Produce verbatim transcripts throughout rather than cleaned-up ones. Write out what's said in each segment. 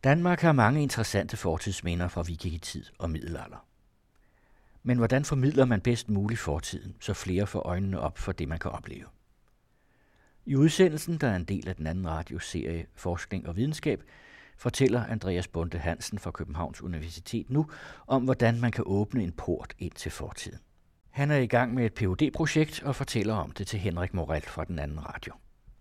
Danmark har mange interessante fortidsminder fra vikingetid og middelalder. Men hvordan formidler man bedst muligt fortiden, så flere får øjnene op for det, man kan opleve? I udsendelsen, der er en del af den anden radioserie Forskning og Videnskab, fortæller Andreas Bonde Hansen fra Københavns Universitet nu om, hvordan man kan åbne en port ind til fortiden. Han er i gang med et P H D-projekt og fortæller om det til Henrik Morell fra den anden radio.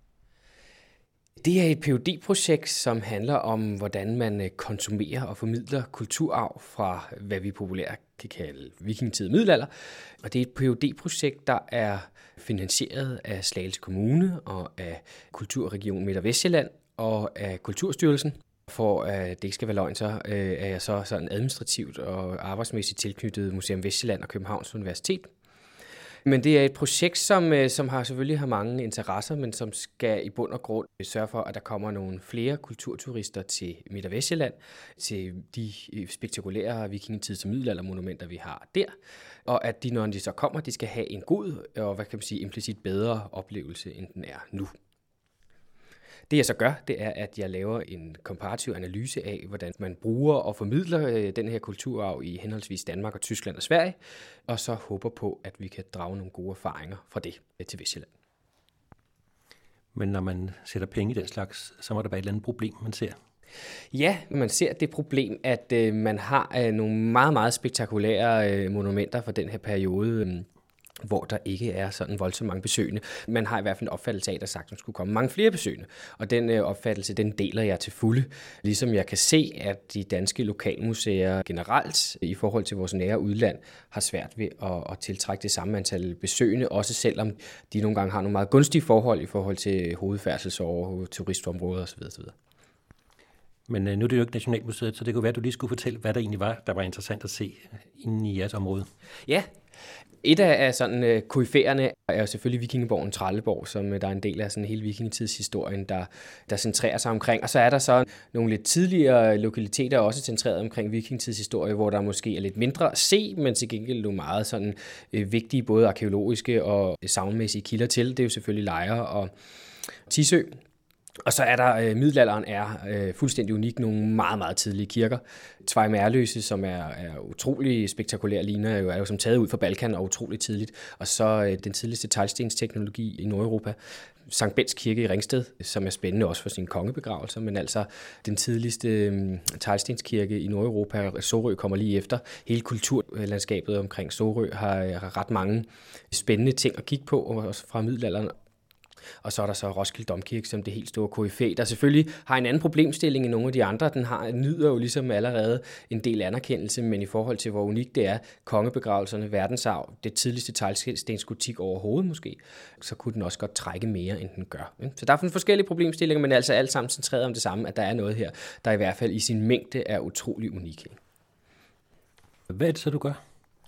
Det er et P H D-projekt, som handler om, hvordan man konsumerer og formidler kulturarv fra, hvad vi populært kan kalde vikingetid og middelalder. Og det er et P H D-projekt, der er finansieret af Slagelse Kommune og af Kulturregion Midt- og Vestjylland og af Kulturstyrelsen. For at det ikke skal være løgn, så er jeg så sådan administrativt og arbejdsmæssigt tilknyttet Museum Vestjylland og Københavns Universitet. Men det er et projekt, som, som har selvfølgelig har mange interesser, men som skal i bund og grund sørge for, at der kommer nogle flere kulturturister til Midt- og Vestjylland, til de spektakulære vikingetids- og middelaldermonumenter, vi har der. Og at de, når de så kommer, de skal have en god og, hvad kan man sige, implicit bedre oplevelse, end den er nu. Det jeg så gør, det er, at jeg laver en komparativ analyse af, hvordan man bruger og formidler den her kulturarv i henholdsvis Danmark og Tyskland og Sverige, og så håber på, at vi kan drage nogle gode erfaringer fra det til Vestjylland. Men når man sætter penge i den slags, så må der være et eller andet problem, man ser. Ja, man ser det problem, at øh, man har øh, nogle meget, meget spektakulære øh, monumenter fra den her periode, øh, hvor der ikke er sådan voldsomt mange besøgende. Man har i hvert fald en opfattelse af, at der sagtens skulle komme mange flere besøgende. Og den øh, opfattelse, den deler jeg til fulde. Ligesom jeg kan se, at de danske lokalmuseer generelt i forhold til vores nære udland har svært ved at, at tiltrække det samme antal besøgende, også selvom de nogle gange har nogle meget gunstige forhold i forhold til hovedfærdselsårer, turistområder osv. osv. Men øh, nu er det jo ikke Nationalmuseet, så det kunne være, at du lige skulle fortælle, hvad der egentlig var, der var interessant at se inde i jeres område. Ja, et af sådan uh, koryfærerne er jo selvfølgelig Vikingeborgen Trelleborg, som uh, der er en del af sådan hele vikingetidshistorien, der, der centrerer sig omkring. Og så er der så nogle lidt tidligere lokaliteter også centreret omkring vikingetidshistorie, hvor der måske er lidt mindre at se, men til gengæld nogle meget sådan uh, vigtige både arkeologiske og sagnmæssige kilder til. Det er jo selvfølgelig Lejre og Tisø. Og så er der, øh, middelalderen er øh, fuldstændig unik, nogle meget, meget tidlige kirker. Tvejmærløse, som er, er utrolig spektakulær, ligner jo, er jo som taget ud fra Balkan og utrolig tidligt. Og så øh, den tidligste teglstensteknologi i Nordeuropa, Sankt Bendts Kirke i Ringsted, som er spændende også for sine kongebegravelser, men altså den tidligste øh, teglstenskirke i Nordeuropa, Sorø kommer lige efter. Hele kulturlandskabet omkring Sorø har, har ret mange spændende ting at kigge på, også fra middelalderen. Og så er der så Roskilde Domkirke som det helt store koryfæ, der selvfølgelig har en anden problemstilling end nogle af de andre. Den har, nyder jo ligesom allerede en del anerkendelse, men i forhold til hvor unikt det er, kongebegravelserne, verdensarv, det tidligste teglstensgotik overhovedet måske, så kunne den også godt trække mere, end den gør. Så der er forskellige problemstillinger, men altså alt sammen centreret om det samme, at der er noget her, der i hvert fald i sin mængde er utrolig unik. Hvad er det så, du gør?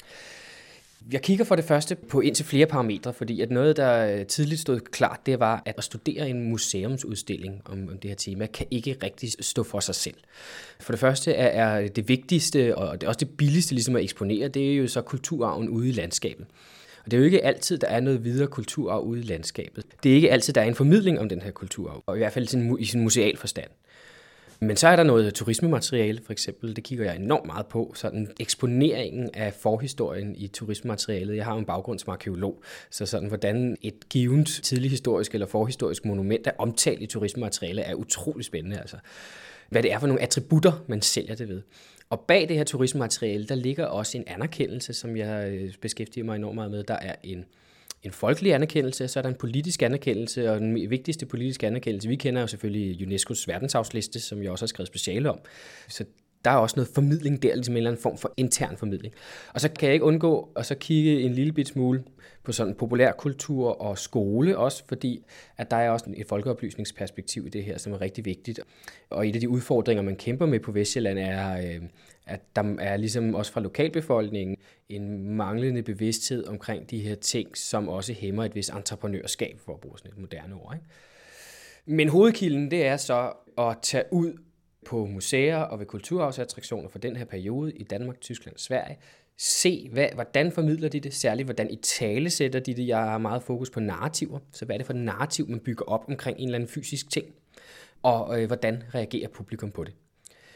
Jeg kigger for det første på indtil flere parametre, fordi at noget, der tidligt stod klart, det var, at at studere en museumsudstilling om, om det her tema, kan ikke rigtig stå for sig selv. For det første er, er det vigtigste, og det er også det billigste ligesom at eksponere, det er jo så kulturarven ude i landskabet. Og det er jo ikke altid, der er noget videre kulturarv ude i landskabet. Det er ikke altid, der er en formidling om den her kulturarv, og i hvert fald i sin museal forstand. Men så er der noget turismemateriale, for eksempel. Det kigger jeg enormt meget på. Sådan eksponeringen af forhistorien i turismematerialet. Jeg har en baggrund som arkeolog, så sådan hvordan et givet tidlig historisk eller forhistorisk monument er omtalt i turismemateriale er utrolig spændende. Altså, hvad det er for nogle attributter, man sælger det ved. Og bag det her turismemateriale, der ligger også en anerkendelse, som jeg beskæftiger mig enormt meget med. Der er en En folkelig anerkendelse, så er der en politisk anerkendelse, og den vigtigste politiske anerkendelse, vi kender jo selvfølgelig UNESCO's verdensarvsliste, som jeg også har skrevet speciale om. Så der er også noget formidling der, ligesom en eller anden form for intern formidling. Og så kan jeg ikke undgå at så kigge en lille bit smule på sådan populærkultur og skole også, fordi at der er også et folkeoplysningsperspektiv i det her, som er rigtig vigtigt. Og et af de udfordringer, man kæmper med på Vestjylland, er, at der er ligesom også fra lokalbefolkningen en manglende bevidsthed omkring de her ting, som også hæmmer et vis entreprenørskab, for at bruge sådan et moderne ord. Ikke? Men hovedkilden, det er så at tage ud på museer og ved kulturarvsattraktioner for den her periode i Danmark, Tyskland og Sverige. Se, hvad, hvordan formidler de det, særligt hvordan i tale sætter de det. Jeg har meget fokus på narrativer, så hvad er det for et narrativ, man bygger op omkring en eller anden fysisk ting, og øh, hvordan reagerer publikum på det.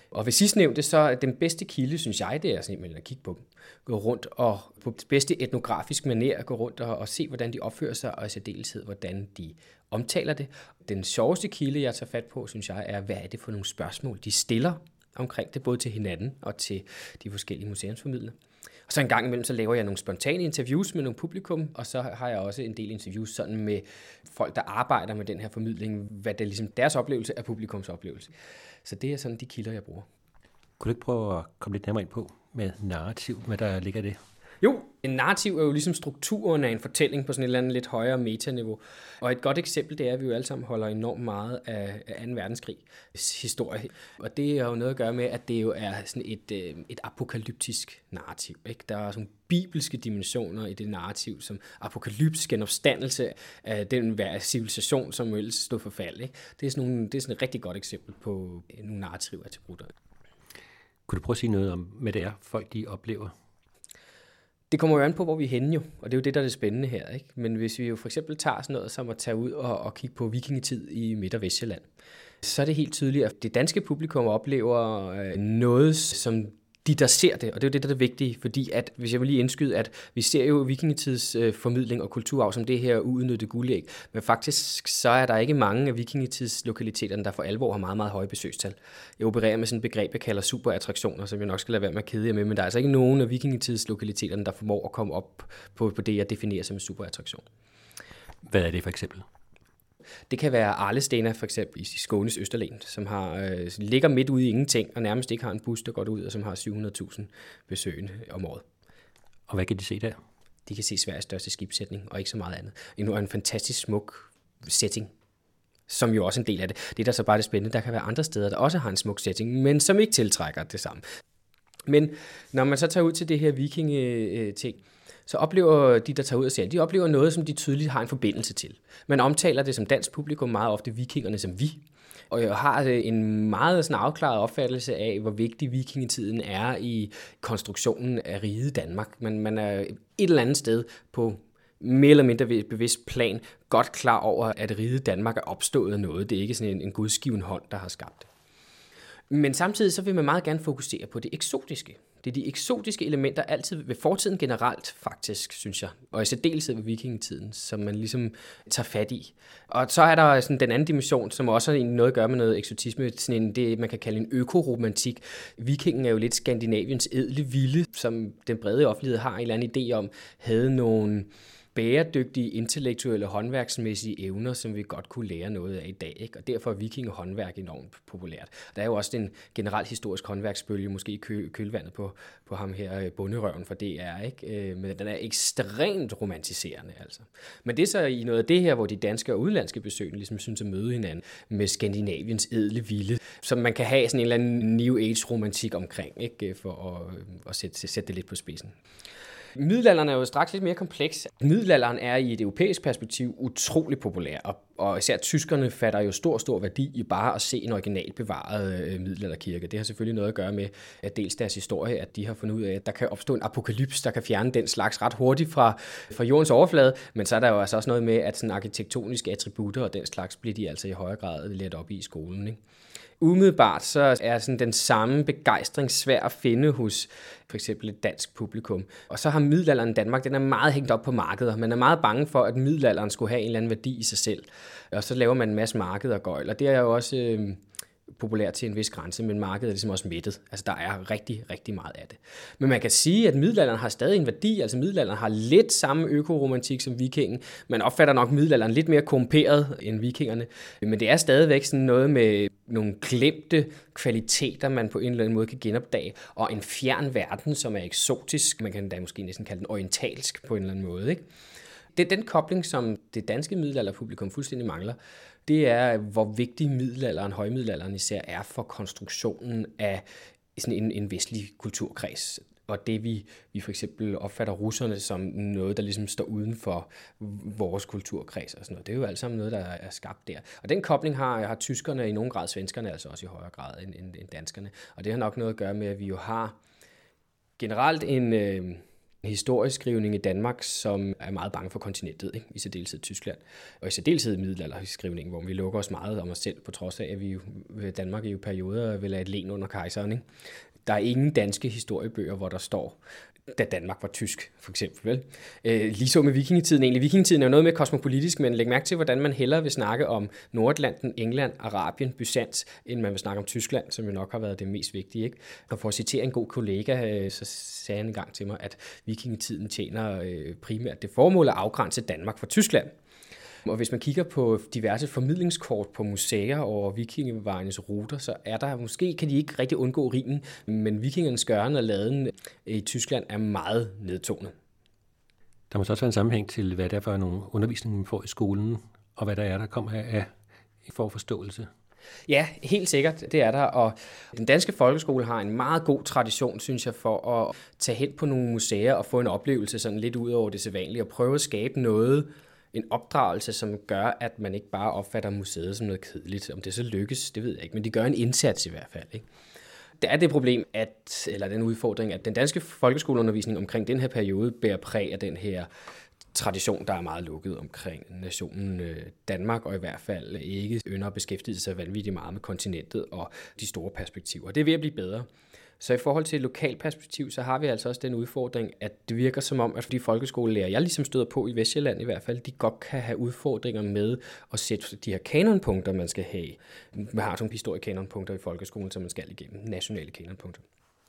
Og ved sidstnævnte, så er den bedste kilde, synes jeg, det er simpelthen at kigge på dem. Gå rundt og på bedste etnografisk manér gå rundt og, og se, hvordan de opfører sig, og i særdeleshed, hvordan de omtaler det. Den sjoveste kilde, jeg tager fat på, synes jeg, er, hvad er det for nogle spørgsmål, de stiller omkring det, både til hinanden og til de forskellige museumsformidlere. Og så en gang imellem, så laver jeg nogle spontane interviews med nogle publikum, og så har jeg også en del interviews sådan med folk, der arbejder med den her formidling, hvad det er ligesom deres oplevelse er publikums oplevelse. Så det er sådan de kilder, jeg bruger. Kunne du ikke prøve at komme lidt nærmere ind på med narrativ, hvad der ligger i det? Jo, en narrativ er jo ligesom strukturen af en fortælling på sådan et eller andet lidt højere metaniveau. Og et godt eksempel, det er, at vi jo alle sammen holder enormt meget af anden verdenskrig historie. Og det har jo noget at gøre med, at det jo er sådan et, et apokalyptisk narrativ. Ikke? Der er sådan bibelske dimensioner i det narrativ, som apokalyptisk genopstandelse af den civilisation, som ellers stod for fald. Ikke? Det er sådan, nogle, det er sådan et rigtig godt eksempel på nogle narrativer til brutter. Kunne du prøve at sige noget om, hvad det er, folk de oplever? Det kommer jo an på, hvor vi er henne jo, og det er jo det, der er det spændende her. Ikke? Men hvis vi jo for eksempel tager sådan noget som at tage ud og, og kigge på vikingetid i Midt- og Vestjylland, så er det helt tydeligt, at det danske publikum oplever noget, som de, der ser det, og det er jo det, der er det vigtige, fordi at, hvis jeg vil lige indskyde, at vi ser jo vikingetids øh, formidling og kulturarv som det her uudnyttede guldæg, men faktisk så er der ikke mange af vikingetidslokaliteterne, der for alvor har meget, meget høje besøgstal. Jeg opererer med sådan et begreb, jeg kalder superattraktioner, som jeg nok skal lade være med at kede jer med, men der er altså ikke nogen af vikingetidslokaliteterne, der formår at komme op på, på det, jeg definerer som en superattraktion. Hvad er det for eksempel? Det kan være Arlestena for eksempel i Skånes Østerlen, som har, øh, ligger midt ude i ingenting, og nærmest ikke har en bus, der går ud, og som har syv hundrede tusind besøgende om året. Og hvad kan de se der? De kan se Sveriges største skibssætning, og ikke så meget andet. Endnu er en fantastisk smuk setting, som jo også er en del af det. Det, der så bare er det spændende, der kan være andre steder, der også har en smuk setting, men som ikke tiltrækker det samme. Men når man så tager ud til det her vikinge-ting, så oplever de, der tager ud og ser, de oplever noget, som de tydeligt har en forbindelse til. Man omtaler det som dansk publikum meget ofte vikingerne som vi, og jeg har en meget sådan afklaret opfattelse af, hvor vigtig vikingetiden er i konstruktionen af riget Danmark. Man, man er et eller andet sted på mere eller mindre bevidst plan godt klar over, at riget Danmark er opstået af noget. Det er ikke sådan en, en gudsgiven hånd, der har skabt det. Men samtidig så vil man meget gerne fokusere på det eksotiske. Det er de eksotiske elementer altid ved fortiden generelt faktisk, synes jeg, og i særdeleshed ved vikingetiden, som man ligesom tager fat i. Og så er der sådan den anden dimension, som også har noget at gøre med noget eksotisme, sådan en, det man kan kalde en økoromantik. Vikingen er jo lidt Skandinaviens ædle vilde, som den brede offentlighed har en eller anden idé om, havde nogle bæredygtige, intellektuelle, håndværksmæssige evner, som vi godt kunne lære noget af i dag. Ikke? Og derfor er vikingehåndværk enormt populært. Der er jo også en generelt historisk håndværksbølge, måske i kø- kølvandet på, på ham her, bonderøven for D R, ikke? Men den er ekstremt romantiserende. Altså. Men det er så i noget af det her, hvor de danske og udenlandske besøgende ligesom synes at møde hinanden med Skandinaviens ædle vilde, som man kan have sådan en eller anden New Age-romantik omkring, ikke? For at, at sætte, sætte det lidt på spidsen. Middelalderen er jo straks lidt mere kompleks. Middelalderen er i et europæisk perspektiv utrolig populær, og, og især tyskerne fatter jo stor, stor værdi i bare at se en originalt bevaret øh, middelalderkirke. Det har selvfølgelig noget at gøre med, at dels deres historie, at de har fundet ud af, at der kan opstå en apokalyps, der kan fjerne den slags ret hurtigt fra, fra jordens overflade, men så er der jo altså også noget med, at sådan arkitektoniske attributter og den slags bliver de altså i højere grad let op i i skolen, ikke? Umiddelbart så er sådan den samme begejstring svær at finde hos for eksempel et dansk publikum. Og så har middelalderen i Danmark, den er meget hængt op på markeder. Man er meget bange for, at middelalderen skulle have en eller anden værdi i sig selv. Og så laver man en masse markeder og gøjl. Og det er jo også øh, populært til en vis grænse, men markedet er ligesom også mættet. Altså der er rigtig, rigtig meget af det. Men man kan sige, at middelalderen har stadig en værdi. Altså middelalderen har lidt samme økoromantik som vikingen. Man opfatter nok middelalderen lidt mere korrumperet end vikingerne. Men det er stadigvæk sådan noget med nogle glemte kvaliteter, man på en eller anden måde kan genopdage, og en fjern verden, som er eksotisk. Man kan da måske næsten kalde den orientalsk på en eller anden måde, ikke? Det er den kobling, som det danske middelalderpublikum fuldstændig mangler. Det er, hvor vigtig middelalderen, højmiddelalderen især er for konstruktionen af sådan en, en vestlig kulturkreds. Og det vi, vi for eksempel opfatter russerne som noget, der ligesom står uden for vores kulturkreds og sådan noget. Det er jo alt sammen noget, der er skabt der. Og den kobling har, har tyskerne i nogen grad, svenskerne altså også i højere grad end, end, end danskerne. Og det har nok noget at gøre med, at vi jo har generelt en, øh, en historieskrivning i Danmark, som er meget bange for kontinentet, ikke? I særdeleshed Tyskland, og i særdeleshed middelalderskrivning, hvor vi lukker os meget om os selv, på trods af, at vi jo, Danmark i jo perioder vil have et len under kejseren, ikke? Der er ingen danske historiebøger, hvor der står, da Danmark var tysk, for eksempel. Vel? Øh, ligeså med vikingetiden egentlig. Vikingetiden er jo noget med kosmopolitisk, men læg mærke til, hvordan man hellere vil snakke om Nordatlanten, England, Arabien, Byzans, end man vil snakke om Tyskland, som jo nok har været det mest vigtige. Ikke? Og for at citere en god kollega, øh, så sagde han en gang til mig, at vikingetiden tjener øh, primært det formål at afgrænse Danmark fra Tyskland. Og hvis man kigger på diverse formidlingskort på museer over vikingevejenes ruter, så er der måske, kan de ikke rigtig undgå rimen, men vikingernes gøren og laden i Tyskland er meget nedtonet. Der må så også være en sammenhæng til, hvad det er for nogle undervisning, man får i skolen, og hvad der er, der kommer af forforståelse. Ja, helt sikkert, det er der, og den danske folkeskole har en meget god tradition, synes jeg, for at tage hen på nogle museer og få en oplevelse sådan lidt ud over det sædvanlige, og prøve at skabe noget, en opdragelse, som gør, at man ikke bare opfatter museet som noget kedeligt. Om det så lykkes, det ved jeg ikke, men de gør en indsats i hvert fald, ikke? Det er det problem, at, eller den udfordring, at den danske folkeskoleundervisning omkring den her periode bærer præg af den her tradition, der er meget lukket omkring nationen Danmark, og i hvert fald ikke ynder at beskæftige sig vanvittigt meget med kontinentet og de store perspektiver. Det er ved at blive bedre. Så i forhold til et lokalt perspektiv, så har vi altså også den udfordring, at det virker som om, at de folkeskolelærer, jeg ligesom støder på i Vestjylland i hvert fald, de godt kan have udfordringer med at sætte de her kanonpunkter, man skal have. Man har sådan historiekanonpunkter i folkeskolen, som man skal igennem, nationale kanonpunkter.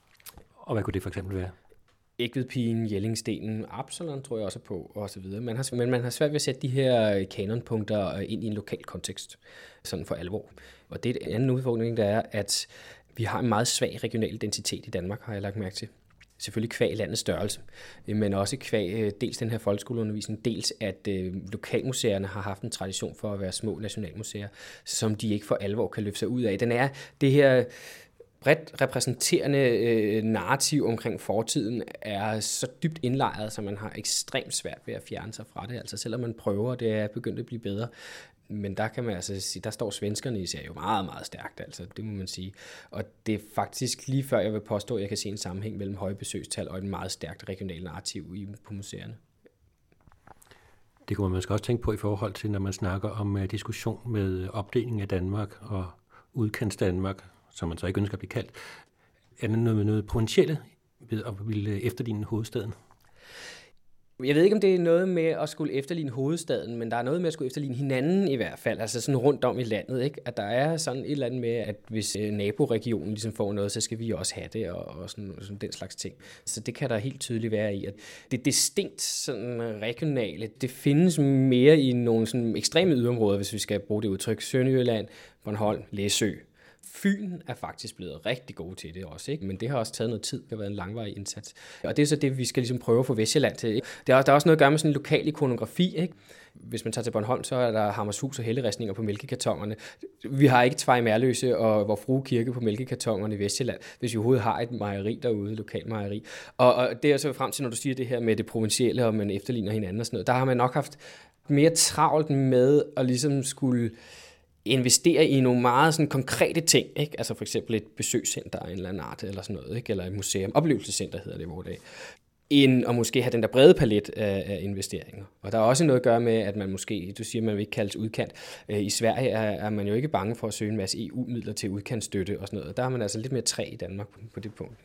Og hvad kunne det for eksempel være? Ægvedpigen, Jellingstenen, Absalon tror jeg også på, og så videre. Man har, men man har svært ved at sætte de her kanonpunkter ind i en lokal kontekst, sådan for alvor. Og det er en anden udfordring, der er, at vi har en meget svag regional identitet i Danmark, har jeg lagt mærke til. Selvfølgelig kvæg landets størrelse, men også kvæg dels den her folkeskoleundervisning, dels at øh, lokalmuseerne har haft en tradition for at være små nationalmuseer, som de ikke for alvor kan løfte sig ud af. Den er det her bredt repræsenterende øh, narrativ omkring fortiden er så dybt indlejret, så man har ekstremt svært ved at fjerne sig fra det. Altså selvom man prøver, det er begyndt at blive bedre. Men der kan man altså sige, der står svenskerne især jo meget, meget stærkt, altså det må man sige. Og det er faktisk lige før, jeg vil påstå, at jeg kan se en sammenhæng mellem høje besøgstal og et meget stærkt regionalt narrativ i, på museerne. Det kunne man måske også tænke på i forhold til, når man snakker om uh, diskussion med opdeling af Danmark og udkants Danmark, som man så ikke ønsker at blive kaldt. Er der noget med noget provincielle ved at ville efterligne hovedstaden? Jeg ved ikke, om det er noget med at skulle efterligne hovedstaden, men der er noget med at skulle efterligne hinanden i hvert fald, altså sådan rundt om i landet, ikke? At der er sådan et eller andet med, at hvis naboregionen ligesom får noget, så skal vi også have det, og, og sådan, sådan den slags ting. Så det kan der helt tydeligt være i, at det distinkt sådan regionale, det findes mere i nogle sådan ekstreme yderområder, hvis vi skal bruge det udtryk, Sønderjylland, Bornholm, Læsø. Fyn er faktisk blevet rigtig gode til det også, ikke? Men det har også taget noget tid. Det har været en langvarig indsats. Og det er så det, vi skal ligesom prøve at få Vestjylland til. Ikke? Der er, der er også noget at gøre med sådan en lokal ikonografi, ikke? Hvis man tager til Bornholm, så er der Hammershus og helleristninger på mælkekartonerne. Vi har ikke Tvej Merløse og Vor Frue Kirke på mælkekartonerne i Vestjylland, hvis vi overhovedet har et mejeri derude, et lokalt mejeri. Og, og det er så frem til, når du siger det her med det provincielle, og man efterligner hinanden og sådan noget, der har man nok haft mere travlt med at ligesom skulle investere i nogle meget sådan konkrete ting, ikke? Altså for eksempel et besøgscenter af en eller anden art, eller sådan noget, ikke? Eller et museum, oplevelsescenter hedder det i vores dag, end at måske have den der brede palet af, af investeringer. Og der er også noget at gøre med, at man måske, du siger, man vil ikke kaldes udkant. I Sverige er, er man jo ikke bange for at søge en masse E U-midler til udkantstøtte og sådan noget. Der er man altså lidt mere træ i Danmark på, på det punkt.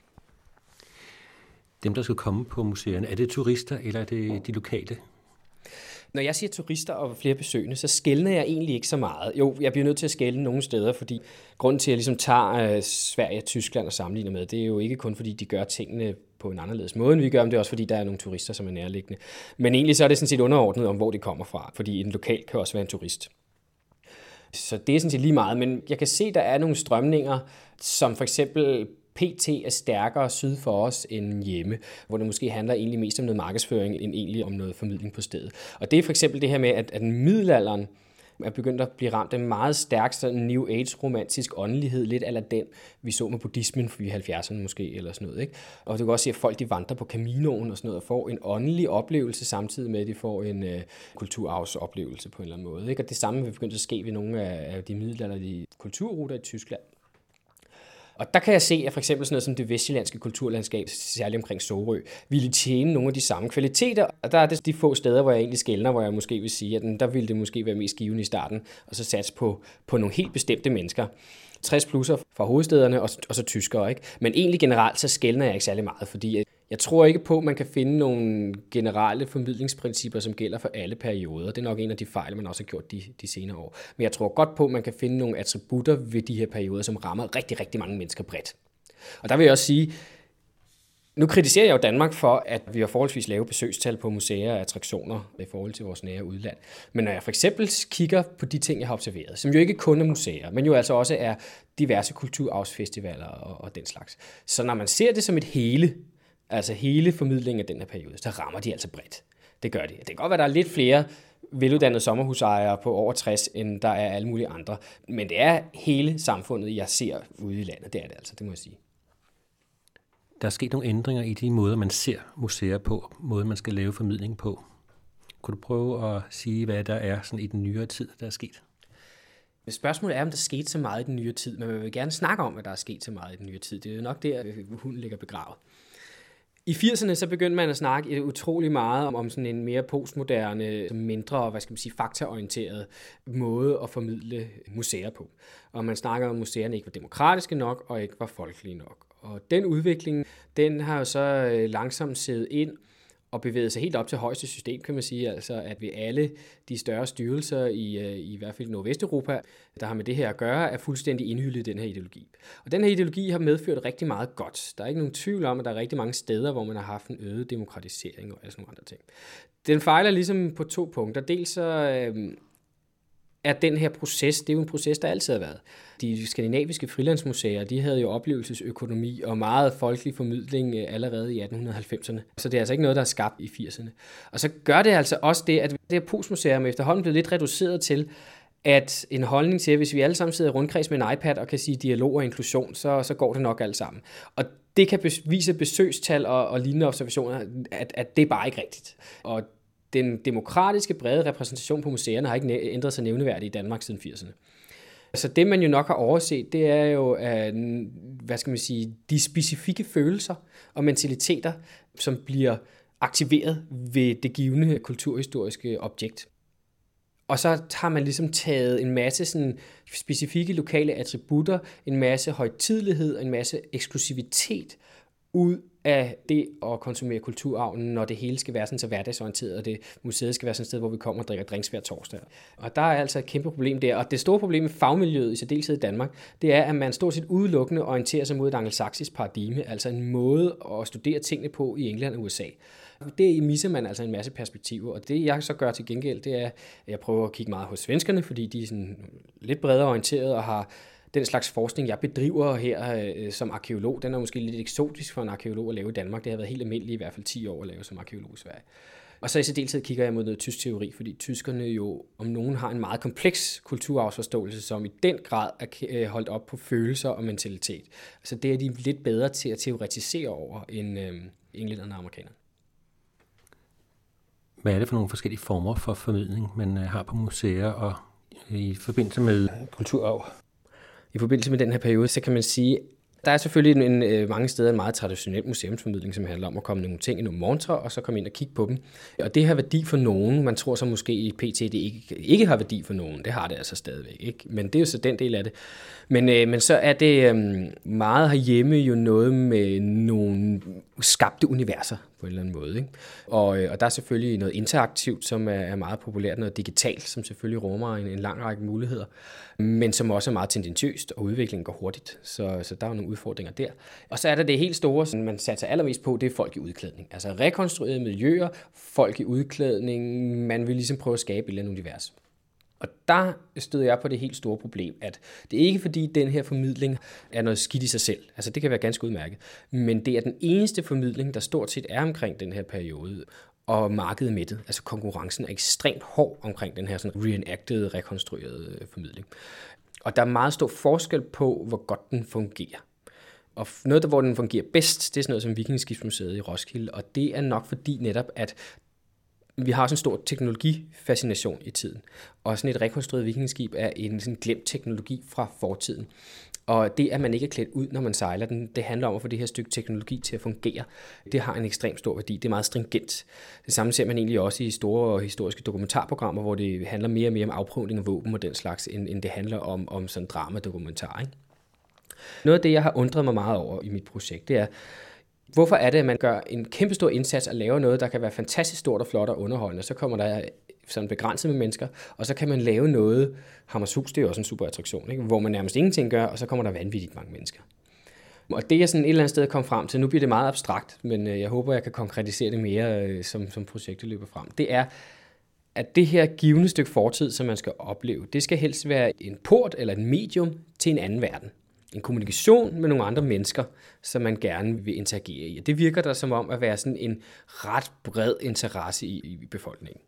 Dem, der skal komme på museerne, er det turister, eller er det de lokale? Når jeg siger turister og flere besøgende, så skelner jeg egentlig ikke så meget. Jo, jeg bliver nødt til at skelne nogle steder, fordi grunden til, at jeg ligesom tager uh, Sverige og Tyskland og sammenligner med, det er jo ikke kun fordi, de gør tingene på en anderledes måde, end vi gør, men det er også fordi, der er nogle turister, som er nærliggende. Men egentlig så er det sådan set underordnet om, hvor de kommer fra, fordi en lokal kan også være en turist. Så det er sådan set lige meget, men jeg kan se, at der er nogle strømninger, som for eksempel P T er stærkere syd for os end hjemme, hvor det måske handler egentlig mest om noget markedsføring, end egentlig om noget formidling på stedet. Og det er for eksempel det her med, at, at middelalderen er begyndt at blive ramt af en meget stærk sådan New Age-romantisk åndelighed, lidt ala den, vi så med buddhismen i halvfjerdserne måske, eller sådan noget, ikke? Og du kan også se, at folk de vandrer på Caminoen og sådan noget, og får en åndelig oplevelse, samtidig med, at de får en uh, kulturarvsoplevelse på en eller anden måde, ikke? Og det samme vil begynde at ske ved nogle af, af de middelalderlige kulturruter i Tyskland. Og der kan jeg se, at for eksempel sådan noget som det vestjyllandske kulturlandskab, særligt omkring Sorø, ville tjene nogle af de samme kvaliteter. Og der er det de få steder, hvor jeg egentlig skelner, hvor jeg måske vil sige, at der ville det måske være mest givende i starten, og så satse på, på nogle helt bestemte mennesker. tres plusser fra hovedstederne, og, og så tyskere, ikke? Men egentlig generelt, så skelner jeg ikke særlig meget, fordi jeg tror ikke på, at man kan finde nogle generelle formidlingsprincipper, som gælder for alle perioder. Det er nok en af de fejl, man også har gjort de, de senere år. Men jeg tror godt på, at man kan finde nogle attributter ved de her perioder, som rammer rigtig, rigtig mange mennesker bredt. Og der vil jeg også sige, nu kritiserer jeg jo Danmark for, at vi har forholdsvis lave besøgstal på museer og attraktioner i forhold til vores nære udland. Men når jeg for eksempel kigger på de ting, jeg har observeret, som jo ikke kun er museer, men jo altså også er diverse kulturarvsfestivaler og, og den slags. Så når man ser det som et hele, altså hele formidlingen af den her periode, så rammer de altså bredt. Det gør de. Det kan godt være, at der er lidt flere veluddannede sommerhusejere på over tres, end der er alle mulige andre. Men det er hele samfundet, jeg ser ude i landet. Det er det altså, det må jeg sige. Der er sket nogle ændringer i de måder, man ser museer på, måden man skal lave formidling på. Kunne du prøve at sige, hvad der er sådan i den nyere tid, der er sket? Spørgsmålet er, om der er sket så meget i den nyere tid, men man vil gerne snakke om, at der er sket så meget i den nyere tid. Det er jo nok der, hunden ligger begravet. I firserne så begyndte man at snakke utrolig meget om, om sådan en mere postmoderne, mindre, hvad skal man sige, faktaorienteret måde at formidle museer på. Og man snakker om, at museerne ikke var demokratiske nok og ikke var folkelige nok. Og den udvikling, den har jo så langsomt siddet ind og bevæget sig helt op til højeste system, kan man sige, altså at vi alle de større styrelser i, i hvert fald Nordvesteuropa, der har med det her at gøre, er fuldstændig indhyllet i den her ideologi. Og den her ideologi har medført rigtig meget godt. Der er ikke nogen tvivl om, at der er rigtig mange steder, hvor man har haft en øget demokratisering og sådan nogle andre ting. Den fejler ligesom på to punkter. Dels så øh, er den her proces, det er jo en proces, der altid har været. De skandinaviske frilandsmuseer, de havde jo oplevelsesøkonomi og meget folkelig formidling allerede i atten halvfemserne. Så det er altså ikke noget, der er skabt i firserne. Og så gør det altså også det, at det her postmuseum efterhånden blev lidt reduceret til, at en holdning til, at hvis vi alle sammen sidder i rundkreds med en iPad og kan sige dialog og inklusion, så, så går det nok alt sammen. Og det kan vise besøgstal og, og lignende observationer, at, at det er bare ikke rigtigt. Og den demokratiske brede repræsentation på museerne har ikke ændret sig nævneværdigt i Danmark siden firserne. Så det, man jo nok har overset, det er jo, at, hvad skal man sige, de specifikke følelser og mentaliteter, som bliver aktiveret ved det givne kulturhistoriske objekt. Og så har man ligesom taget en masse sådan specifikke lokale attributter, en masse højtidelighed og en masse eksklusivitet ud af det at konsumere kulturarven, når det hele skal være sådan så hverdagsorienteret, og det museet skal være sådan et sted, hvor vi kommer og drikker drinks hver torsdag. Og der er altså et kæmpe problem der. Og det store problem med fagmiljøet, i særdeleshed i Danmark, det er, at man stort set udelukkende orienterer sig mod et angelsaksisk paradigme, altså en måde at studere tingene på i England og U S A. Det misser man altså en masse perspektiver, og det jeg så gør til gengæld, det er, at jeg prøver at kigge meget hos svenskerne, fordi de er sådan lidt bredere orienteret og har den slags forskning, jeg bedriver her øh, som arkeolog, den er måske lidt eksotisk for en arkeolog at lave i Danmark. Det har været helt almindeligt i hvert fald ti år at lave som arkeolog i Sverige. Og så i særdeleshed kigger jeg mod noget tysk teori, fordi tyskerne jo om nogen har en meget kompleks kulturarvsforståelse, som i den grad er holdt op på følelser og mentalitet. Altså det er de lidt bedre til at teoretisere over end øh, englænderne og amerikanerne. Hvad er det for nogle forskellige former for formidling, man har på museer og i forbindelse med kulturarv? I forbindelse med den her periode, så kan man sige, der er selvfølgelig en, en, mange steder en meget traditionel museumsformidling, som handler om at komme nogle ting i nogle montrer, og så komme ind og kigge på dem. Og det har værdi for nogen. Man tror så måske i P T, det ikke, ikke har værdi for nogen. Det har det altså stadigvæk, ikke? Men det er jo så den del af det. Men, øh, men så er det øh, meget herhjemme jo noget med nogle skabte universer på en eller anden måde, ikke? Og, øh, og der er selvfølgelig noget interaktivt, som er, er meget populært, noget digitalt, som selvfølgelig rummer en, en lang række muligheder, men som også er meget tendentiøst, og udviklingen går hurtigt, så, så der er nogle udfordringer der. Og så er der det helt store, som man satser allermest på, det er folk i udklædning. Altså rekonstruerede miljøer, folk i udklædning, man vil ligesom prøve at skabe et eller andet univers. Og der støder jeg på det helt store problem, at det er ikke fordi, den her formidling er noget skidt i sig selv. Altså det kan være ganske udmærket. Men det er den eneste formidling, der stort set er omkring den her periode. Og markedet med det. Altså konkurrencen er ekstremt hård omkring den her sådan reenacted, rekonstruerede formidling. Og der er meget stor forskel på, hvor godt den fungerer. Og noget, der hvor den fungerer bedst, det er sådan noget som Vikingeskibsmuseet i Roskilde. Og det er nok fordi netop, at vi har sådan en stor teknologifascination i tiden. Og sådan et rekonstrueret vikingeskib er en sådan glemt teknologi fra fortiden. Og det, at man ikke er klædt ud, når man sejler den, det handler om at få det her stykke teknologi til at fungere. Det har en ekstremt stor værdi. Det er meget stringent. Det samme ser man egentlig også i store historiske dokumentarprogrammer, hvor det handler mere og mere om afprøvning af våben og den slags, end, end det handler om, om sådan dramadokumentar, ikke? Noget af det, jeg har undret mig meget over i mit projekt, det er, hvorfor er det, at man gør en kæmpe stor indsats og laver noget, der kan være fantastisk stort og flot og underholdende, så kommer der sådan begrænset med mennesker, og så kan man lave noget, Hammershus, det er jo også en super attraktion, ikke? Hvor man nærmest ingenting gør, og så kommer der vanvittigt mange mennesker. Og det er sådan et eller andet sted kom frem til, nu bliver det meget abstrakt, men jeg håber, jeg kan konkretisere det mere, som, som projektet løber frem. Det er, at det her givende stykke fortid, som man skal opleve, det skal helst være en port eller et medium til en anden verden. En kommunikation med nogle andre mennesker, som man gerne vil interagere i. Og det virker der som om at være sådan en ret bred interesse i, i befolkningen.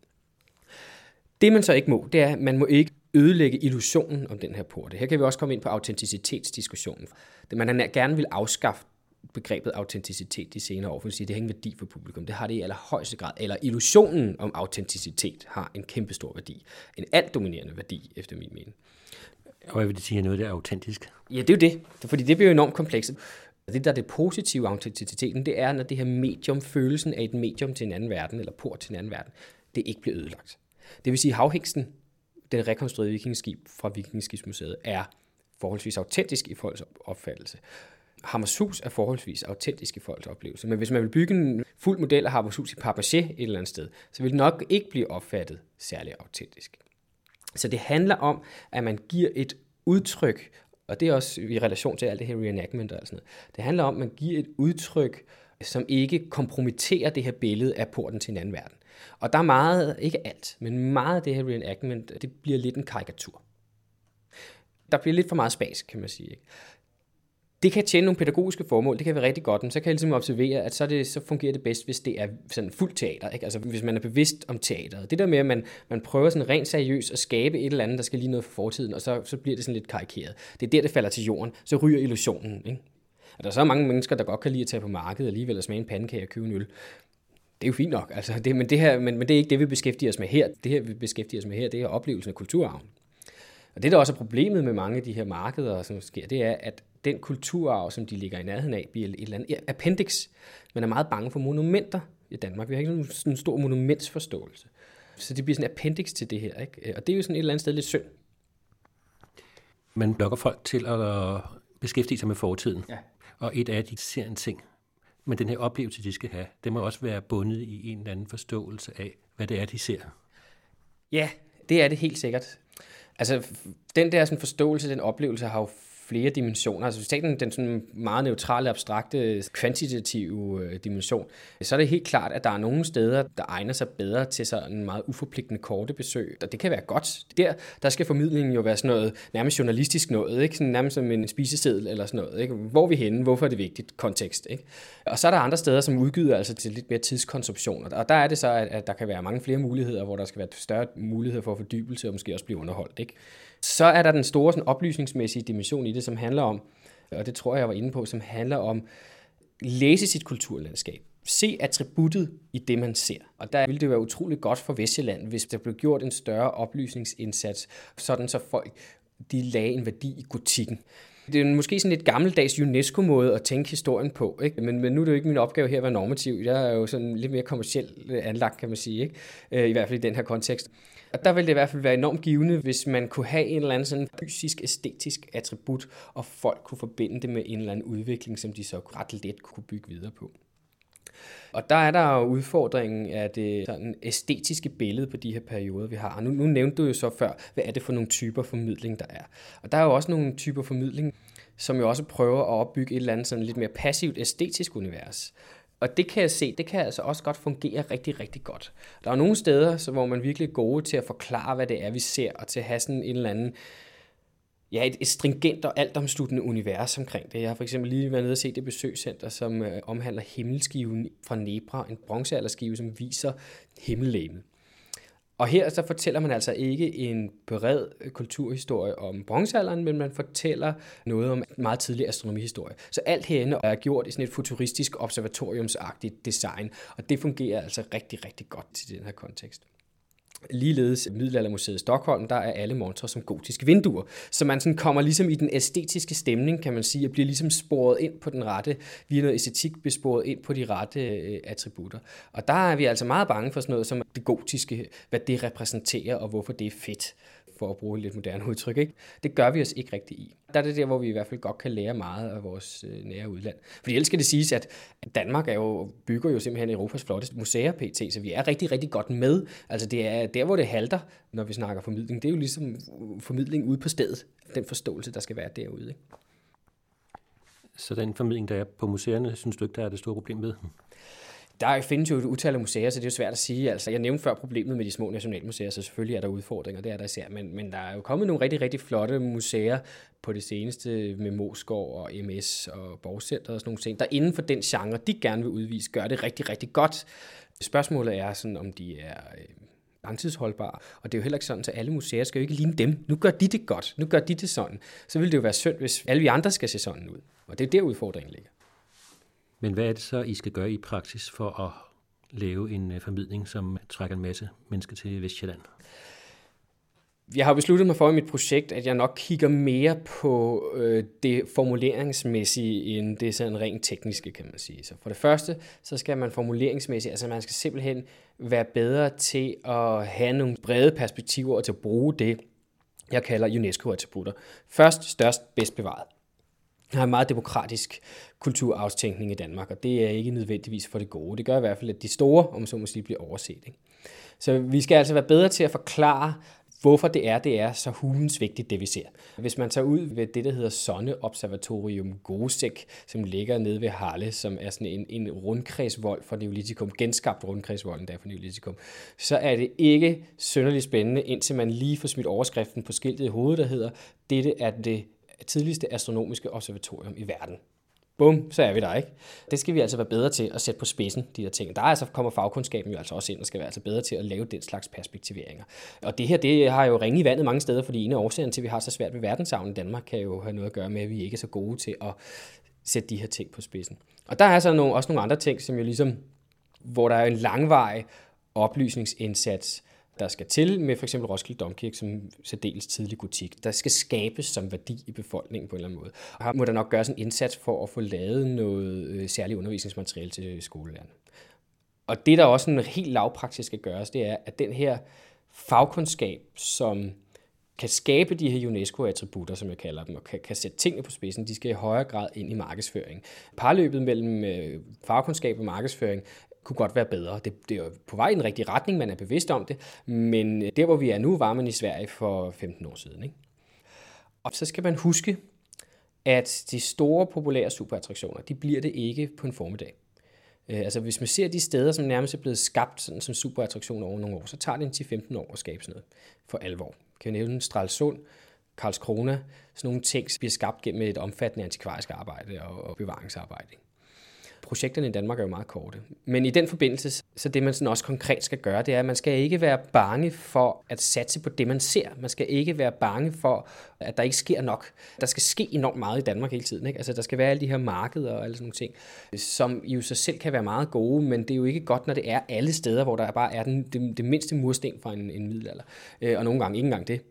Det man så ikke må, det er, at man må ikke ødelægge illusionen om den her porte. Her kan vi også komme ind på autenticitetsdiskussionen. Man har gerne vil afskaffe begrebet autenticitet de senere år, for at sige, at det har ingen værdi for publikum. Det har det i allerhøjeste grad. Eller illusionen om autenticitet har en kæmpe stor værdi. En alt dominerende værdi, efter min mening. Og hvad vil det sige, at noget der er autentisk? Ja, det er jo det. Fordi det bliver jo enormt komplekst. Det, der er det positive autenticiteten, det er, når det her medium, følelsen af et medium til en anden verden, eller port til en anden verden, det ikke bliver ødelagt. Det vil sige, at havheksen, den rekonstruerede vikingeskib fra Vikingeskibsmuseet, er forholdsvis autentisk i folks opfattelse. Hammershus er forholdsvis autentisk i folks oplevelse. Men hvis man vil bygge en fuld model af Hammershus i Papier et eller andet sted, så vil det nok ikke blive opfattet særlig autentisk. Så det handler om, at man giver et udtryk, og det er også i relation til alt det her reenactment og sådan noget. Det handler om, at man giver et udtryk, som ikke kompromitterer det her billede af porten til en anden verden. Og der er meget, ikke alt, men meget af det her reenactment, det bliver lidt en karikatur. Der bliver lidt for meget spas, kan man sige, ikke? Det kan tjene nogle pædagogiske formål, det kan være rigtig godt, men så kan jeg ligesom observere, at så, det, så fungerer det bedst, hvis det er sådan fuldt teater, ikke? Altså hvis man er bevidst om teateret. Det der med, at man, man prøver sådan rent seriøst at skabe et eller andet, der skal lige noget for fortiden, og så, så bliver det sådan lidt karikeret. Det er der, det falder til jorden, så ryger illusionen, ikke? Og der er så mange mennesker, der godt kan lide at tage på markedet alligevel og smage en pandekage og købe en øl. Det er jo fint nok, altså det, men, det her, men, men det er ikke det, vi beskæftiger os med her. Det her, vi beskæftiger os med her, det er oplevelsen af kulturarven. Og det, der også er problemet med mange af de her markeder, som sker, det er, at den kulturarv, som de ligger i nærheden af, bliver et eller andet appendix. Man er meget bange for monumenter i Danmark. Vi har ikke sådan en stor monumentsforståelse. Så det bliver sådan en appendix til det her, ikke? Og det er jo sådan et eller andet sted lidt synd. Man lokker folk til at beskæftige sig med fortiden. Ja. Og et af, at de ser en ting. Men den her oplevelse, de skal have, det må også være bundet i en eller anden forståelse af, hvad det er, de ser. Ja, det er det helt sikkert. Altså, den der sådan forståelse, den oplevelse har jo flere dimensioner. Altså hvis du tager den, den sådan meget neutrale, abstrakte, kvantitative øh, dimension, så er det helt klart, at der er nogle steder, der egner sig bedre til sådan en meget uforpligtende korte besøg. Og det kan være godt. Der, der skal formidlingen jo være sådan noget nærmest journalistisk noget, ikke? Sådan nærmest som en spiseseddel eller sådan noget, ikke? Hvor er vi henne? Hvorfor er det vigtigt? Kontekst, ikke? Og så er der andre steder, som udgyder altså til lidt mere tidskonsumtion. Og der er det så, at, at der kan være mange flere muligheder, hvor der skal være større muligheder for fordybelse og måske også blive underholdt, ikke? Så er der den store sådan, oplysningsmæssige dimension i det, som handler om, og det tror jeg, jeg var inde på, som handler om læse sit kulturlandskab. Se attributtet i det, man ser. Og der ville det være utroligt godt for Vestsjælland, hvis der blev gjort en større oplysningsindsats, sådan så folk de lagde en værdi i gotikken. Det er måske sådan lidt gammeldags UNESCO-måde at tænke historien på, ikke? Men, men nu er det jo ikke min opgave her at være normativ. Jeg er jo sådan lidt mere kommercielt anlagt, kan man sige, ikke? I hvert fald i den her kontekst. Og der ville det i hvert fald være enormt givende, hvis man kunne have en eller anden sådan fysisk, æstetisk attribut, og folk kunne forbinde det med en eller anden udvikling, som de så ret let kunne bygge videre på. Og der er der jo udfordringen af det sådan æstetiske billede på de her perioder, vi har. Og nu, nu nævnte du jo så før, hvad er det for nogle typer formidling, der er. Og der er jo også nogle typer formidling, som jo også prøver at opbygge et eller andet sådan lidt mere passivt æstetisk univers. Og det kan jeg se, det kan altså også godt fungere rigtig, rigtig godt. Der er nogle steder, så hvor man virkelig er gode til at forklare, hvad det er, vi ser, og til at have sådan en eller anden, ja, et, et stringent og altomsluttende univers omkring det. Jeg har for eksempel lige været nede og set det besøgscenter, som øh, omhandler himmelskiven fra Nebra, en bronzealderskive, som viser himmellegemet. Og her så fortæller man altså ikke en bred kulturhistorie om bronzealderen, men man fortæller noget om meget tidlig astronomihistorie. Så alt herinde er gjort i sådan et futuristisk observatoriumsagtigt design, og det fungerer altså rigtig, rigtig godt til den her kontekst. Ligeledes Middelaldermuseet i Stockholm, der er alle montrer som gotiske vinduer. Så man sådan kommer ligesom i den æstetiske stemning, kan man sige, og bliver ligesom sporet ind på den rette, via noget æstetik bliver sporet ind på de rette øh, attributter. Og der er vi altså meget bange for sådan noget som det gotiske, hvad det repræsenterer, og hvorfor det er fedt, for at bruge et lidt moderne udtryk, ikke? Det gør vi os ikke rigtig i. Der er det der, hvor vi i hvert fald godt kan lære meget af vores øh, nære udland. Fordi ellers skal det siges, at Danmark er jo, bygger jo simpelthen Europas flotteste museer pt, så vi er rigtig, rigtig godt med. Altså det er der, hvor det halter, når vi snakker formidling. Det er jo ligesom formidling ude på stedet. Den forståelse, der skal være derude, ikke? Så den formidling, der er på museerne, synes du ikke, der er det store problem ved? Der findes jo et utal af museer, så det er jo svært at sige. Altså, jeg nævnte før problemet med de små nationalmuseer, så selvfølgelig er der udfordringer, det er der især. Men, men der er jo kommet nogle rigtig, rigtig flotte museer på det seneste med Moesgaard og M S og Borgcenter og sådan nogle ting, der inden for den genre, de gerne vil udvise, gør det rigtig, rigtig godt. Spørgsmålet er sådan, om de er langtidsholdbare, og det er jo heller ikke sådan, at alle museer skal jo ikke ligne dem. Nu gør de det godt, nu gør de det sådan. Så vil det jo være synd, hvis alle vi andre skal se sådan ud. Og det er der udfordringen ligger. Men hvad er det så, I skal gøre i praksis for at lave en formidling, som trækker en masse mennesker til Vestsjælland? Jeg har besluttet mig for i mit projekt, at jeg nok kigger mere på øh, det formuleringsmæssige, end det sådan rent tekniske, kan man sige. Så for det første, så skal man formuleringsmæssigt, altså man skal simpelthen være bedre til at have nogle brede perspektiver og til at bruge det, jeg kalder UNESCO-attributter. Først, størst, bedst bevaret. Der er en meget demokratisk kulturarvstænkning i Danmark, og det er ikke nødvendigvis for det gode. Det gør i hvert fald, at de store, om så må sige, bliver overset. Ikke? Så vi skal altså være bedre til at forklare, hvorfor det er, det er så hulens vigtigt, det vi ser. Hvis man tager ud ved det, der hedder Sonne Observatorium Gosek, som ligger nede ved Halle, som er sådan en, en rundkredsvold fra Neolitikum, genskabt rundkredsvolden der fra Neolitikum, så er det ikke synderligt spændende, indtil man lige får smidt overskriften på skiltet i hovedet, der hedder, dette er det tidligste astronomiske observatorium i verden. Bum, så er vi der, ikke? Det skal vi altså være bedre til at sætte på spidsen, de der ting. Der er altså, kommer fagkundskaben jo altså også ind, og skal være altså bedre til at lave den slags perspektiveringer. Og det her, det har jo ringet i vandet mange steder, fordi en af årsagerne til, at vi har så svært ved verdenshavnen i Danmark, kan jo have noget at gøre med, at vi ikke er så gode til at sætte de her ting på spidsen. Og der er altså nogle, også nogle andre ting, som jo ligesom, hvor der er en langvarig oplysningsindsats, der skal til med for eksempel Roskilde Domkirke som særdeles tidlig gotik. Der skal skabes som værdi i befolkningen på en eller anden måde. Og her må der nok gøres en indsats for at få lavet noget øh, særligt undervisningsmateriale til skolelærerne. Og det, der også en helt lavpraktisk skal gøres, det er, at den her fagkundskab, som kan skabe de her UNESCO-attributter, som jeg kalder dem, og kan, kan sætte tingene på spidsen, de skal i højere grad ind i markedsføring. Parløbet mellem øh, fagkundskab og markedsføring kunne godt være bedre. Det, det er jo på vej i den rigtige retning, man er bevidst om det, men der, hvor vi er nu, var man i Sverige for femten år siden. Ikke? Og så skal man huske, at de store, populære superattraktioner, de bliver det ikke på en formiddag. Altså hvis man ser de steder, som nærmest er blevet skabt sådan, som superattraktioner over nogle år, så tager det en ti til femten år at skabe sådan noget for alvor. Kan vi nævne Stralsund, Karlskrona, sådan nogle ting bliver skabt gennem et omfattende antikvarisk arbejde og bevaringsarbejde. Projekterne i Danmark er jo meget korte. Men i den forbindelse, så det man sådan også konkret skal gøre, det er, at man skal ikke være bange for at satse på det, man ser. Man skal ikke være bange for, at der ikke sker nok. Der skal ske enormt meget i Danmark hele tiden. Ikke? Altså, der skal være alle de her markeder og alle sådan nogle ting, som jo sig selv kan være meget gode, men det er jo ikke godt, når det er alle steder, hvor der bare er den, det, det mindste mursten fra en, en middelalder. Og nogle gange ikke engang det.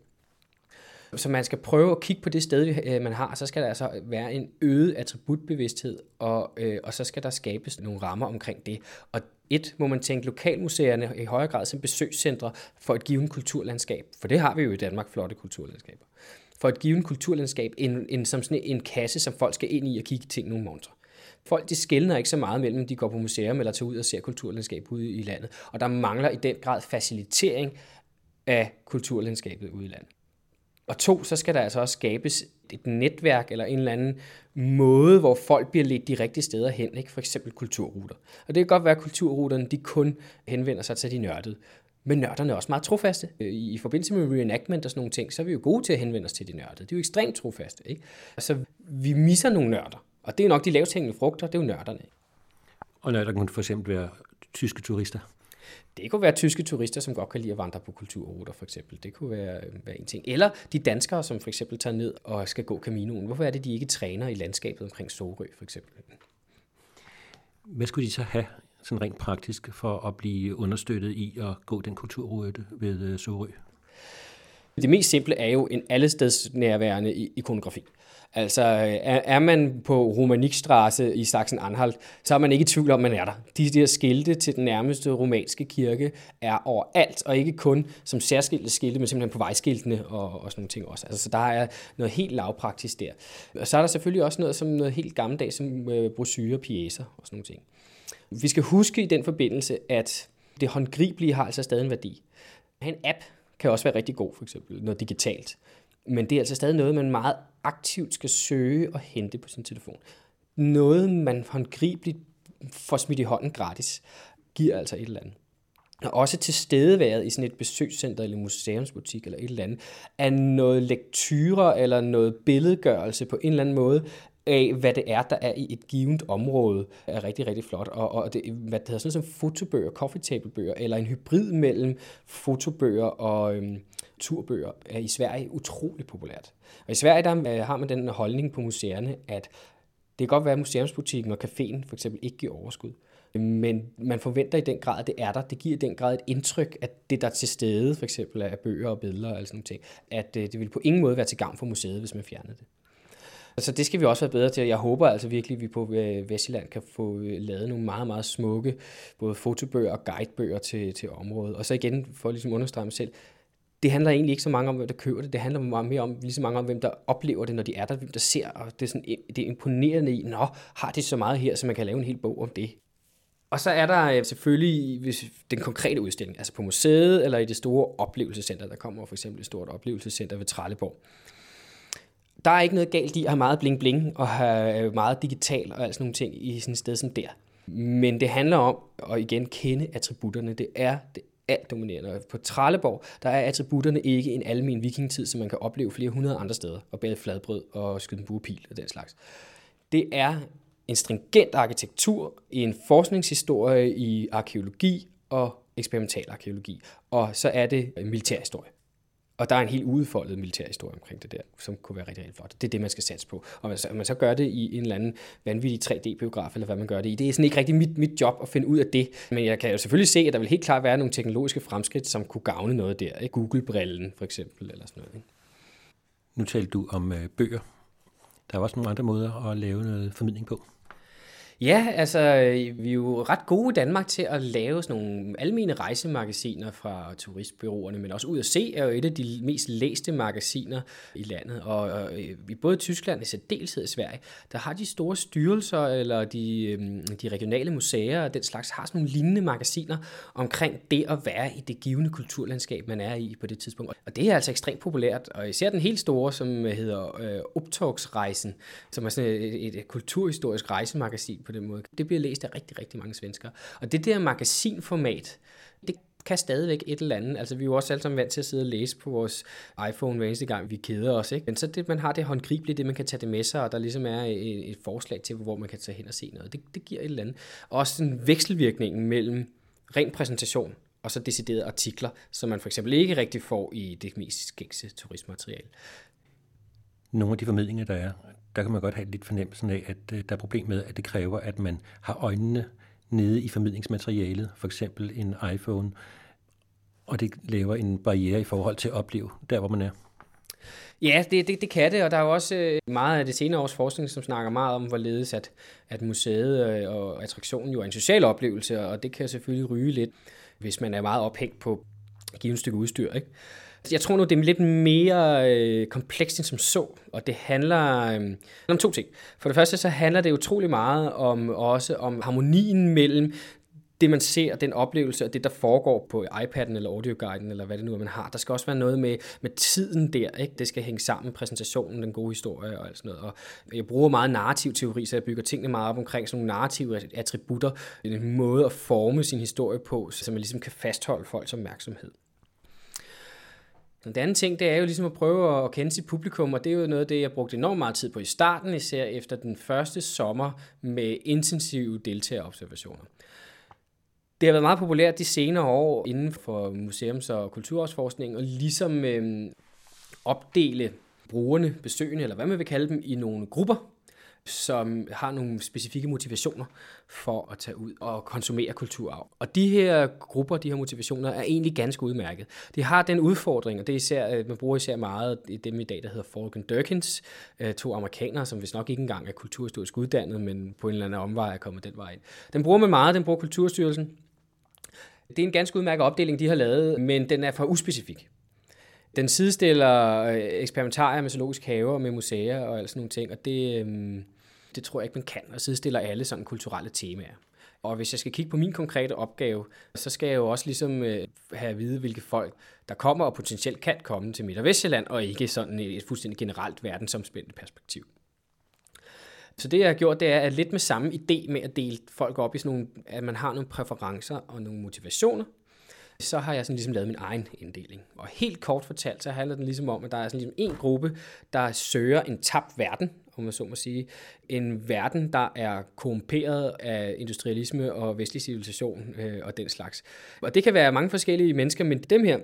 Så man skal prøve at kigge på det sted, man har, og så skal der altså være en øget attributbevidsthed, og, øh, og så skal der skabes nogle rammer omkring det. Og et, må man tænke lokalmuseerne i højere grad som besøgscentre for et givet kulturlandskab, for det har vi jo i Danmark, flotte kulturlandskaber. For et givet kulturlandskab, en, en, som sådan en kasse, som folk skal ind i og kigge ting nogle montre. Folk, de skelner ikke så meget mellem, de går på museum eller tager ud og ser kulturlandskab ude i landet, og der mangler i den grad facilitering af kulturlandskabet ude i landet. Og to, så skal der altså også skabes et netværk eller en eller anden måde, hvor folk bliver ledt de rigtige steder hen, ikke? For eksempel kulturruter. Og det kan godt være, at kulturruterne de kun henvender sig til de nørdede. Men nørderne er også meget trofaste. I forbindelse med reenactment og sådan nogle ting, så er vi jo gode til at henvende os til de nørdede. De er jo ekstremt trofaste, ikke? Altså, vi misser nogle nørder. Og det er nok de lavest hængende frugter, det er jo nørderne. Og nørder kunne for eksempel være tyske turister? Det kunne være tyske turister, som godt kan lide at vandre på kulturruter, for eksempel. Det kunne være, være en ting. Eller de danskere, som for eksempel tager ned og skal gå Caminoen. Hvorfor er det, de ikke træner i landskabet omkring Sorø, for eksempel? Hvad skulle de så have sådan rent praktisk for at blive understøttet i at gå den kulturrute ved Sorø? Det mest simple er jo en allesteds nærværende ikonografi. Altså er, er man på Romanikstraße i Sachsen-Anhalt, så er man ikke i tvivl om, man er der. De der skilte til den nærmeste romanske kirke er overalt, og ikke kun som særskilte skilte, men simpelthen på vejskiltene og, og sådan nogle ting også. Altså, så der er noget helt lavpraktisk der. Og så er der selvfølgelig også noget som noget helt gammeldags, som øh, brochurer, pjæser og sådan nogle ting. Vi skal huske i den forbindelse, at det håndgribelige har altså stadig en værdi. En app kan også være rigtig god, for eksempel noget digitalt. Men det er altså stadig noget, man meget aktivt skal søge og hente på sin telefon. Noget, man håndgribeligt får smidt i hånden gratis, giver altså et eller andet. Og også tilstedeværet i sådan et besøgscenter eller museumsbutik eller et eller andet, er noget lektyre eller noget billedgørelse på en eller anden måde af, hvad det er, der er i et givet område, er rigtig, rigtig flot. Og, og det, hvad det hedder, sådan som fotobøger, coffee table bøger, eller en hybrid mellem fotobøger og øhm, turbøger, er i Sverige utrolig populært. Og i Sverige der øh, har man den holdning på museerne, at det kan godt være, at museumsbutikken og caféen for eksempel ikke giver overskud. Men man forventer i den grad, at det er der. Det giver i den grad et indtryk, at det der er til stede, for eksempel af bøger og billeder og sådan nogle ting, at øh, det vil på ingen måde være til gavn for museet, hvis man fjernede det. Så det skal vi også være bedre til. Jeg håber altså virkelig, at vi på Vestjylland kan få lavet nogle meget, meget smukke både fotobøger og guidebøger til, til området. Og så igen, for at ligesom understrege mig selv, det handler egentlig ikke så mange om, hvem der køber det. Det handler meget mere om, lige så mange om, hvem der oplever det, når de er der, hvem der ser. Og det er, sådan, det er imponerende i, nå, har de så meget her, så man kan lave en hel bog om det. Og så er der selvfølgelig den konkrete udstilling, altså på museet eller i det store oplevelsescenter. Der kommer for eksempel et stort oplevelsescenter ved Trelleborg. Der er ikke noget galt i at have meget bling-bling og have meget digital og alt sådan nogle ting i sådan et sted som der. Men det handler om at igen kende attributterne. Det er det alt dominerende. På Trelleborg, der er attributterne ikke en almen vikingetid, som man kan opleve flere hundrede andre steder, og bage fladbrød og skyde en buepil og den slags. Det er en stringent arkitektur, en forskningshistorie i arkæologi og eksperimental arkæologi, og så er det militærhistorie. Og der er en helt udfoldet militærhistorie omkring det der, som kunne være rigtig, rigtig flot. Det er det, man skal satse på. Og hvis man så gør det i en eller anden vanvittig tre D-biograf, eller hvad man gør det i, det er sådan ikke rigtig mit, mit job at finde ud af det. Men jeg kan jo selvfølgelig se, at der vil helt klart være nogle teknologiske fremskridt, som kunne gavne noget der. Ikke? Google-brillen for eksempel, eller sådan noget. Ikke? Nu talte du om øh, bøger. Der er også nogle andre måder at lave noget formidling på. Ja, altså vi er jo ret gode i Danmark til at lave sådan nogle almene rejsemagasiner fra turistbureauerne, men også Ud at Se er jo et af de mest læste magasiner i landet, og, og i både Tyskland og i særdeleshed i Sverige, der har de store styrelser eller de, de regionale museer og den slags har sådan nogle lignende magasiner omkring det at være i det givende kulturlandskab, man er i på det tidspunkt. Og det er altså ekstremt populært, og især den helt store, som hedder øh, Optogsrejsen, som er sådan et, et kulturhistorisk rejsemagasin på den måde. Det bliver læst af rigtig, rigtig mange svenskere. Og det der magasinformat, det kan stadigvæk et eller andet. Altså vi er jo også alle sammen vant til at sidde og læse på vores iPhone hver eneste gang, vi keder os. Ikke? Men så det, man har det håndgribeligt, det man kan tage det med sig, og der ligesom er et, et forslag til, hvor man kan tage hen og se noget. Det, det giver et eller andet. Også den vekselvirkningen mellem ren præsentation og så deciderede artikler, som man for eksempel ikke rigtig får i det mest skængse turistmateriale. Nogle af de formidlinger, der er, der kan man godt have lidt fornemmelsen af, at der er problem med, at det kræver, at man har øjnene nede i formidlingsmaterialet, for eksempel en iPhone, og det laver en barriere i forhold til at opleve der, hvor man er. Ja, det, det, det kan det, og der er jo også meget af det senere års forskning, som snakker meget om, hvorledes at, at museet og attraktionen jo er en social oplevelse, og det kan selvfølgelig ryge lidt, hvis man er meget ophængt på et givet stykke udstyr, ikke? Jeg tror nu, det er lidt mere øh, komplekst end som så, og det handler øh, om to ting. For det første så handler det utrolig meget om også om harmonien mellem det, man ser, den oplevelse, og det, der foregår på iPad'en eller audioguiden, eller hvad det nu er, man har. Der skal også være noget med, med tiden der, ikke? Det skal hænge sammen, præsentationen, den gode historie og alt sådan noget. Og jeg bruger meget narrativ teori, så jeg bygger tingene meget op omkring sådan nogle narrative attributter, en måde at forme sin historie på, så man ligesom kan fastholde folks opmærksomhed. Den anden ting, det er jo ligesom at prøve at kende sit publikum, og det er jo noget af det, jeg brugte enormt meget tid på i starten, især efter den første sommer med intensive deltagerobservationer. Det har været meget populært de senere år inden for museums- og kulturarvsforskning, og ligesom øh, opdele brugerne, besøgende, eller hvad man vil kalde dem, i nogle grupper. som har nogle specifikke motivationer for at tage ud og konsumere kulturarv. Og de her grupper, de her motivationer, er egentlig ganske udmærket. De har den udfordring, og det er især, man bruger især meget i dem i dag, der hedder Falk og Durkins, to amerikanere, som vist nok ikke engang er kulturhistorisk uddannet, men på en eller anden omvej er kommet den vej ind. Den bruger man meget, den bruger Kulturstyrelsen. Det er en ganske udmærket opdeling, de har lavet, men den er for uspecifik. Den sidestiller eksperimentarier med zoologisk haver med museer og alt sådan nogle ting, og det, det tror jeg ikke, man kan, og sidestiller alle sådan kulturelle temaer. Og hvis jeg skal kigge på min konkrete opgave, så skal jeg jo også ligesom have at vide, hvilke folk, der kommer og potentielt kan komme til Midt- og Vestjylland, og ikke sådan et fuldstændig generelt verdensomspændende perspektiv. Så det, jeg har gjort, det er at lidt med samme idé med at dele folk op i sådan nogle, at man har nogle præferencer og nogle motivationer, så har jeg sådan ligesom lavet min egen inddeling. Og helt kort fortalt, så handler den ligesom om, at der er sådan ligesom en gruppe, der søger en tabt verden, om man så må sige. En verden, der er korrumperet af industrialisme og vestlig civilisation øh, og den slags. Og det kan være mange forskellige mennesker, men dem her,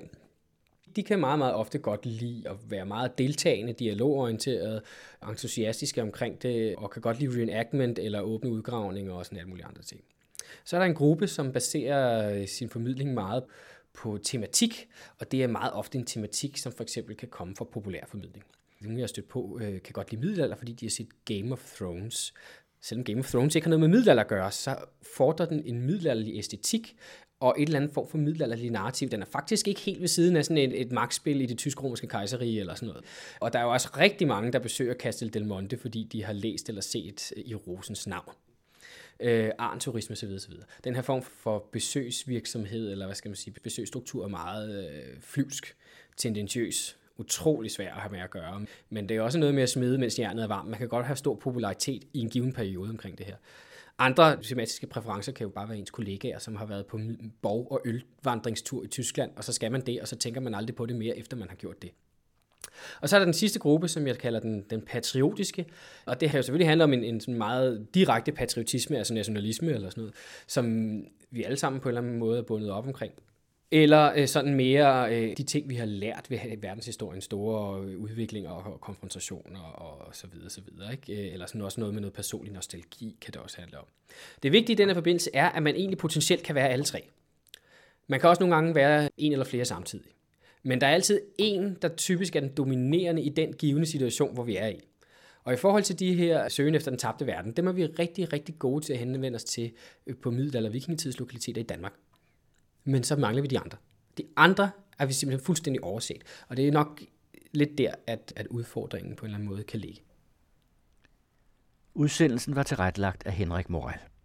de kan meget, meget ofte godt lide at være meget deltagende, dialogorienterede, entusiastiske omkring det, og kan godt lide reenactment eller åbne udgravninger og sådan alt mulige andre ting. Så er der en gruppe, som baserer sin formidling meget på tematik, og det er meget ofte en tematik, som for eksempel kan komme fra populærformidling. Nogle, jeg har stødt på, kan godt lide middelalder, fordi de har set Game of Thrones. Selvom Game of Thrones ikke har noget med middelalder at gøre, så fordrer den en middelalderlig æstetik, og et eller andet form for middelalderlig narrativ. Den er faktisk ikke helt ved siden af sådan et, et magtspil i det tysk-romerske kejserrige eller sådan noget. Og der er jo også rigtig mange, der besøger Castel del Monte, fordi de har læst eller set i Rosens navn. Øh, arnturisme osv. osv. Den her form for besøgsvirksomhed, eller hvad skal man sige, besøgsstruktur er meget øh, flyvsk, tendentiøs, utrolig svær at have med at gøre. Men det er også noget med at smide, mens jernet er varmt. Man kan godt have stor popularitet i en given periode omkring det her. Andre tematiske præferencer kan jo bare være ens kollegaer, som har været på borg- og ølvandringstur i Tyskland, og så skal man det, og så tænker man aldrig på det mere, efter man har gjort det. Og så er der den sidste gruppe, som jeg kalder den, den patriotiske, og det her jo selvfølgelig handler om en, en sådan meget direkte patriotisme, altså nationalisme eller sådan noget, som vi alle sammen på en eller anden måde er bundet op omkring. Eller øh, sådan mere øh, de ting, vi har lært ved verdenshistoriens store udvikling og, og konfrontationer og så videre, så videre, ikke? Eller sådan også noget med noget personlig nostalgi, kan det også handle om. Det vigtige i denne forbindelse er, at man egentlig potentielt kan være alle tre. Man kan også nogle gange være en eller flere samtidig. Men der er altid en, der typisk er den dominerende i den givende situation, hvor vi er i. Og i forhold til de her søgen efter den tabte verden, dem er vi rigtig, rigtig gode til at henvende os til på middelalder- og vikingetidslokaliteter i Danmark. Men så mangler vi de andre. De andre er vi simpelthen fuldstændig overset. Og det er nok lidt der, at, at udfordringen på en eller anden måde kan ligge. Udsendelsen var tilrettelagt af Henrik Morel.